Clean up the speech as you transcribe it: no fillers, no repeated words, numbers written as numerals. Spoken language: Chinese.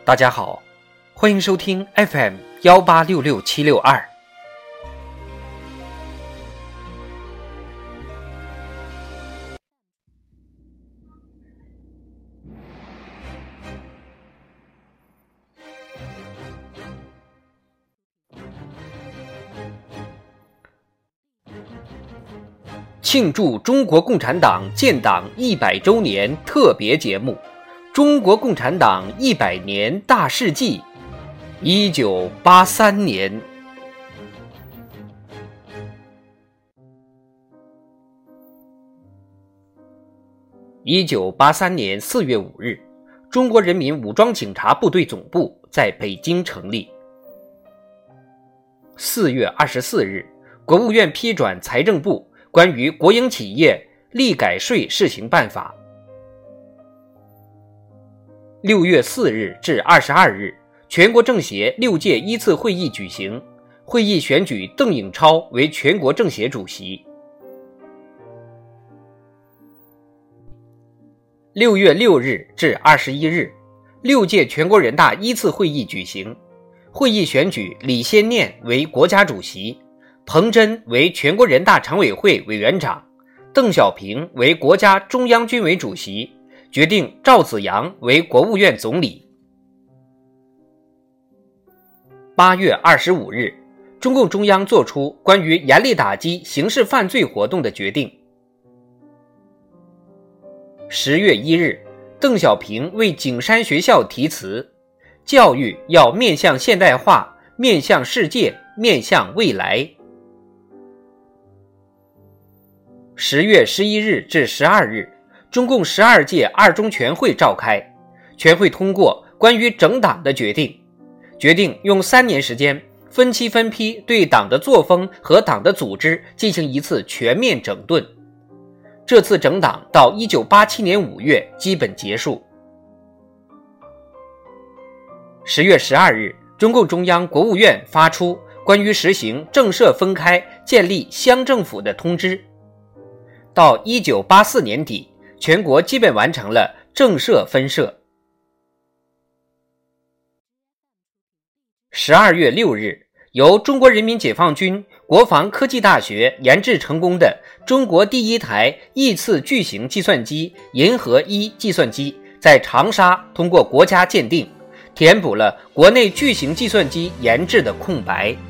大家好，欢迎收听 FM1866762。庆祝中国共产党建党100周年特别节目，中国共产党100年大事记。1983年。1983年4月5日，中国人民武装警察部队总部在北京成立。4月24日，国务院批转财政部关于国营企业利改税试行办法。6月4日至22日，全国政协6届一次会议举行，会议选举邓颖超为全国政协主席。6月6日至21日，6届全国人大一次会议举行，会议选举李先念为国家主席，彭真为全国人大常委会委员长，邓小平为国家中央军委主席，决定赵紫阳为国务院总理。8月25日，中共中央作出关于严厉打击刑事犯罪活动的决定。10月1日，邓小平为景山学校题词，教育要面向现代化，面向世界，面向未来。10月11日至12日，中共12届二中全会召开，全会通过关于整党的决定，决定用3年时间分期分批对党的作风和党的组织进行一次全面整顿。这次整党到1987年5月基本结束。10月12日，中共中央国务院发出关于实行政社分开建立乡政府的通知。到1984年底，全国基本完成了政社分社。12月6日，由中国人民解放军国防科技大学研制成功的中国第一台异次巨型计算机银河1计算机在长沙通过国家鉴定，填补了国内巨型计算机研制的空白。